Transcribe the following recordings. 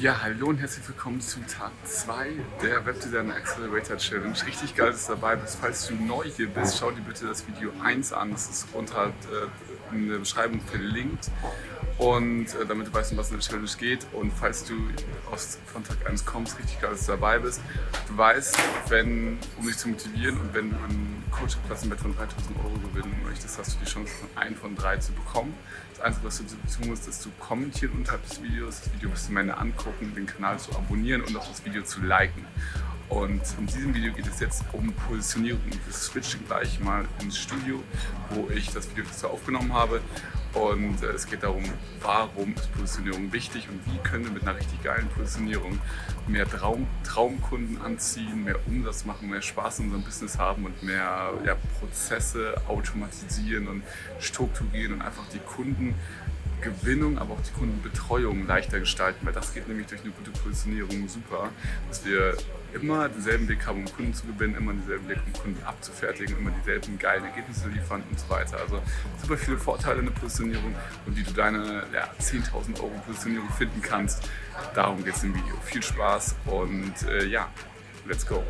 Ja, hallo und herzlich willkommen zu Tag 2 der Webdesign Accelerator Challenge. Richtig geil, dass du dabei bist. Falls du neu hier bist, schau dir bitte das Video 1 an. Das ist unter in der Beschreibung verlinkt. Und damit du weißt, um was in der Challenge geht. Und falls du von Tag 1 kommst, richtig geil, dass du dabei bist. Du weißt, um dich zu motivieren und wenn du einen Coaching-Klassenbett von 3.000 € gewinnen möchtest, hast du die Chance, von 1 von 3 zu bekommen. Das Einzige, was du tun musst, ist zu kommentieren unterhalb des Videos. Das Video bis zum Ende angucken, den Kanal zu abonnieren und auch das Video zu liken. Und in diesem Video geht es jetzt um Positionierung. Wir switchen gleich mal ins Studio, wo ich das Video dazu aufgenommen habe. Und es geht darum, warum ist Positionierung wichtig und wie können wir mit einer richtig geilen Positionierung mehr Traumkunden anziehen, mehr Umsatz machen, mehr Spaß in unserem Business haben und mehr Prozesse automatisieren und strukturieren und einfach die Kundengewinnung, aber auch die Kundenbetreuung leichter gestalten, weil das geht nämlich durch eine gute Positionierung super, dass wir immer denselben Weg haben, um Kunden zu gewinnen, immer denselben Weg, um Kunden abzufertigen, immer dieselben geilen Ergebnisse liefern und so weiter. Also super viele Vorteile in der Positionierung und wie du deine 10.000 € Positionierung finden kannst. Darum geht es im Video. Viel Spaß und let's go.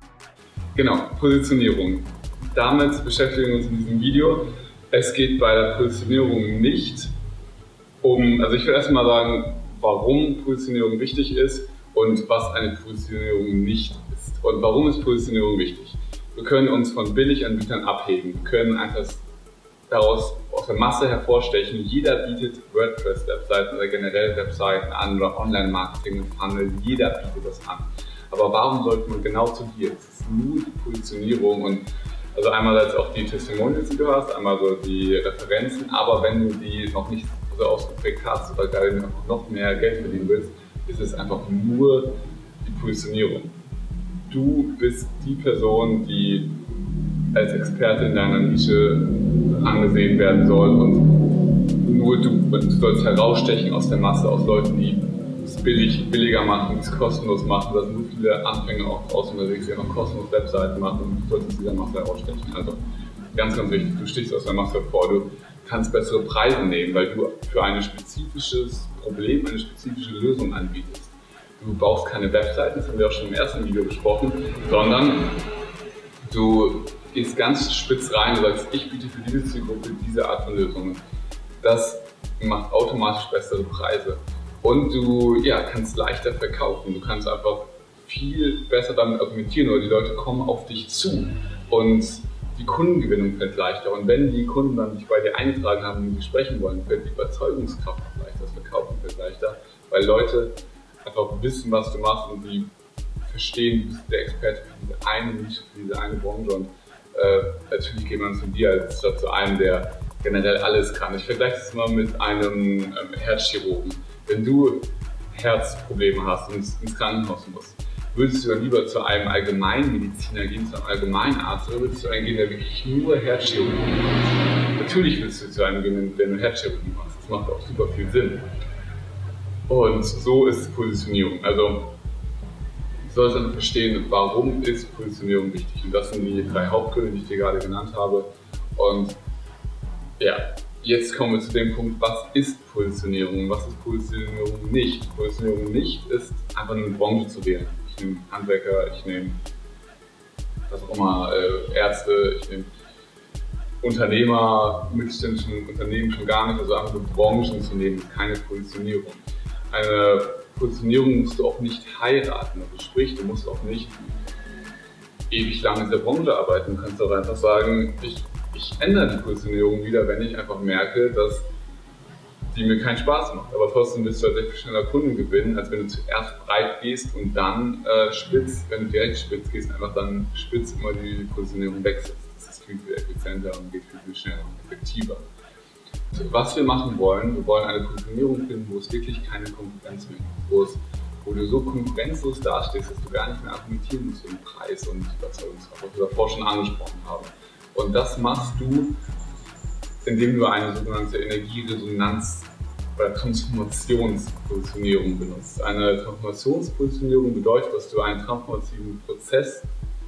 Genau, Positionierung. Damit beschäftigen wir uns in diesem Video. Es geht bei der Positionierung nicht also ich will erstmal sagen, warum Positionierung wichtig ist und was eine Positionierung nicht ist. Und warum ist Positionierung wichtig? Wir können uns von Billiganbietern abheben. Wir können einfach daraus aus der Masse hervorstechen. Jeder bietet WordPress-Webseiten oder generell Webseiten an oder Online-Marketing-Funnel. Jeder bietet das an. Aber warum sollte man genau zu dir? Es ist nur die Positionierung und also einerseits auch die Testimonials, die du hast, einmal so die Referenzen, aber wenn du die noch nicht so ausgeprägt hast oder gerade noch mehr Geld verdienen willst, ist es einfach nur die Positionierung. Du bist die Person, die als Expertin in deiner Nische angesehen werden soll und nur du sollst herausstechen aus der Masse, aus Leuten, die es billiger machen, die es kostenlos machen. Da sind so viele Anfänger auch draußen unterwegs, die einfach kostenlos Webseiten machen und du solltest dieser Masse herausstechen. Also ganz, ganz wichtig, du stichst aus der Masse hervor. Du kannst bessere Preise nehmen, weil du für ein spezifisches Problem eine spezifische Lösung anbietest. Du baust keine Webseiten, das haben wir auch schon im ersten Video besprochen, sondern du gehst ganz spitz rein und sagst, ich biete für diese Zielgruppe diese Art von Lösungen. Das macht automatisch bessere Preise und du kannst leichter verkaufen. Du kannst einfach viel besser damit argumentieren oder die Leute kommen auf dich zu und die Kundengewinnung fällt leichter und wenn die Kunden dann sich bei dir eingetragen haben und mit dir sprechen wollen, fällt die Überzeugungskraft auch leichter, das Verkaufen fällt leichter, weil Leute einfach wissen, was du machst und die verstehen, du bist der Experte für diese eine Nische, für diese eine Branche und natürlich geht man zu dir statt zu einem, der generell alles kann. Ich vergleiche das mal mit einem Herzchirurgen. Wenn du Herzprobleme hast und ins Krankenhaus musst, würdest du dann lieber zu einem Allgemeinmediziner gehen, zu einem Allgemeinarzt, oder würdest du einen gehen, der wirklich nur Herzchirurgie macht? Natürlich willst du zu einem gehen, der nur Herzchirurgie macht. Das macht auch super viel Sinn. Und so ist Positionierung. Also du sollst dann verstehen, warum ist Positionierung wichtig. Und das sind die 3 Hauptgründe, die ich dir gerade genannt habe. Und jetzt kommen wir zu dem Punkt, was ist Positionierung? Was ist Positionierung nicht? Positionierung nicht ist einfach eine Branche zu wählen. Ich nehme Handwerker, ich nehme was auch immer, Ärzte, ich nehme Unternehmer, mittelständischen Unternehmen schon gar nicht, also andere Branchen zu nehmen, ist keine Positionierung. Eine Positionierung musst du auch nicht heiraten, also sprich, du musst auch nicht ewig lang in der Branche arbeiten. Du kannst auch einfach sagen, ich ändere die Positionierung wieder, wenn ich einfach merke, dass die mir keinen Spaß macht. Aber trotzdem wirst du halt sehr viel schneller Kunden gewinnen, als wenn du zuerst breit gehst und dann spitz, wenn du direkt spitz gehst, einfach dann spitz immer die Positionierung wechselst. Das ist viel, viel effizienter und geht viel, viel schneller und effektiver. Also, was wir machen wollen, wir wollen eine Positionierung finden, wo es wirklich keine Konkurrenz mehr gibt, wo du so konkurrenzlos dastehst, dass du gar nicht mehr argumentieren musst für den Preis und Überzeugungskraft, was wir davor schon angesprochen haben. Und das machst du, indem du eine sogenannte Energieresonanz- oder Transformationspositionierung benutzt. Eine Transformationspositionierung bedeutet, dass du einen transformativen Prozess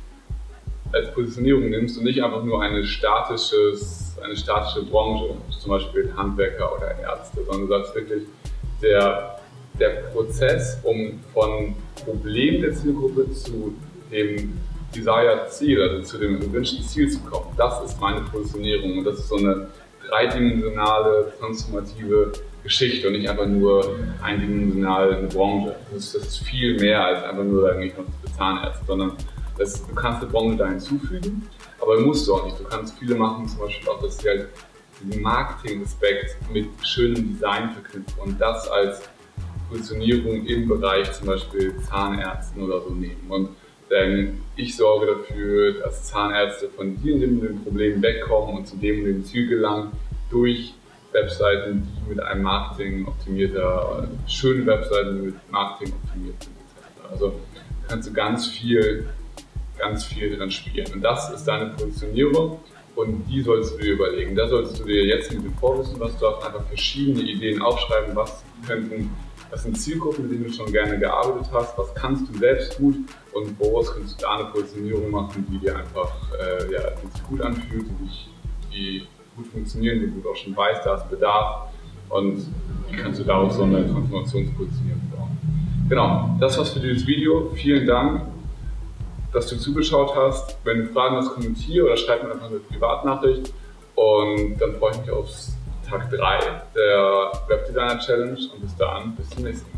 als Positionierung nimmst und nicht einfach nur eine statische Branche, zum Beispiel Handwerker oder Ärzte, sondern du sagst wirklich, der der Prozess, um von Problem der Zielgruppe zu dem Desired Ziel, also zu dem gewünschten Ziel zu kommen, das ist meine Positionierung und das ist so eine dreidimensionale, transformative Geschichte und nicht einfach nur eindimensional eine Branche. Das ist viel mehr als einfach nur sagen, ich mache Zahnärzte, sondern du kannst eine Branche da hinzufügen, aber musst du auch nicht. Du kannst viele machen, zum Beispiel auch, dass sie halt diesen Marketing-Aspekt mit schönem Design verknüpfen und das als Positionierung im Bereich zum Beispiel Zahnärzten oder so nehmen. Und ich sorge dafür, dass Zahnärzte von dem Problem wegkommen und zu dem Ziel gelangen durch Webseiten, die mit einem schönen Webseiten mit Marketing optimiert sind etc. Also kannst du ganz viel dran spielen. Und das ist deine Positionierung und die solltest du dir überlegen. Da solltest du dir jetzt mit dem Vorwissen, was du hast, einfach verschiedene Ideen aufschreiben, was sind Zielgruppen, mit denen du schon gerne gearbeitet hast, was kannst du selbst gut und woraus kannst du da eine Positionierung machen, die dir einfach die sich gut anfühlt, die gut funktionieren, die du auch schon weißt, da ist Bedarf und wie kannst du darauf so eine Transformationspositionierung bauen. Genau, das war's für dieses Video. Vielen Dank, dass du zugeschaut hast. Wenn du Fragen hast, kommentiere oder schreib mir einfach eine Privatnachricht und dann freue ich mich aufs Tag 3 der Webdesigner Challenge und bis dann, bis zum nächsten Mal.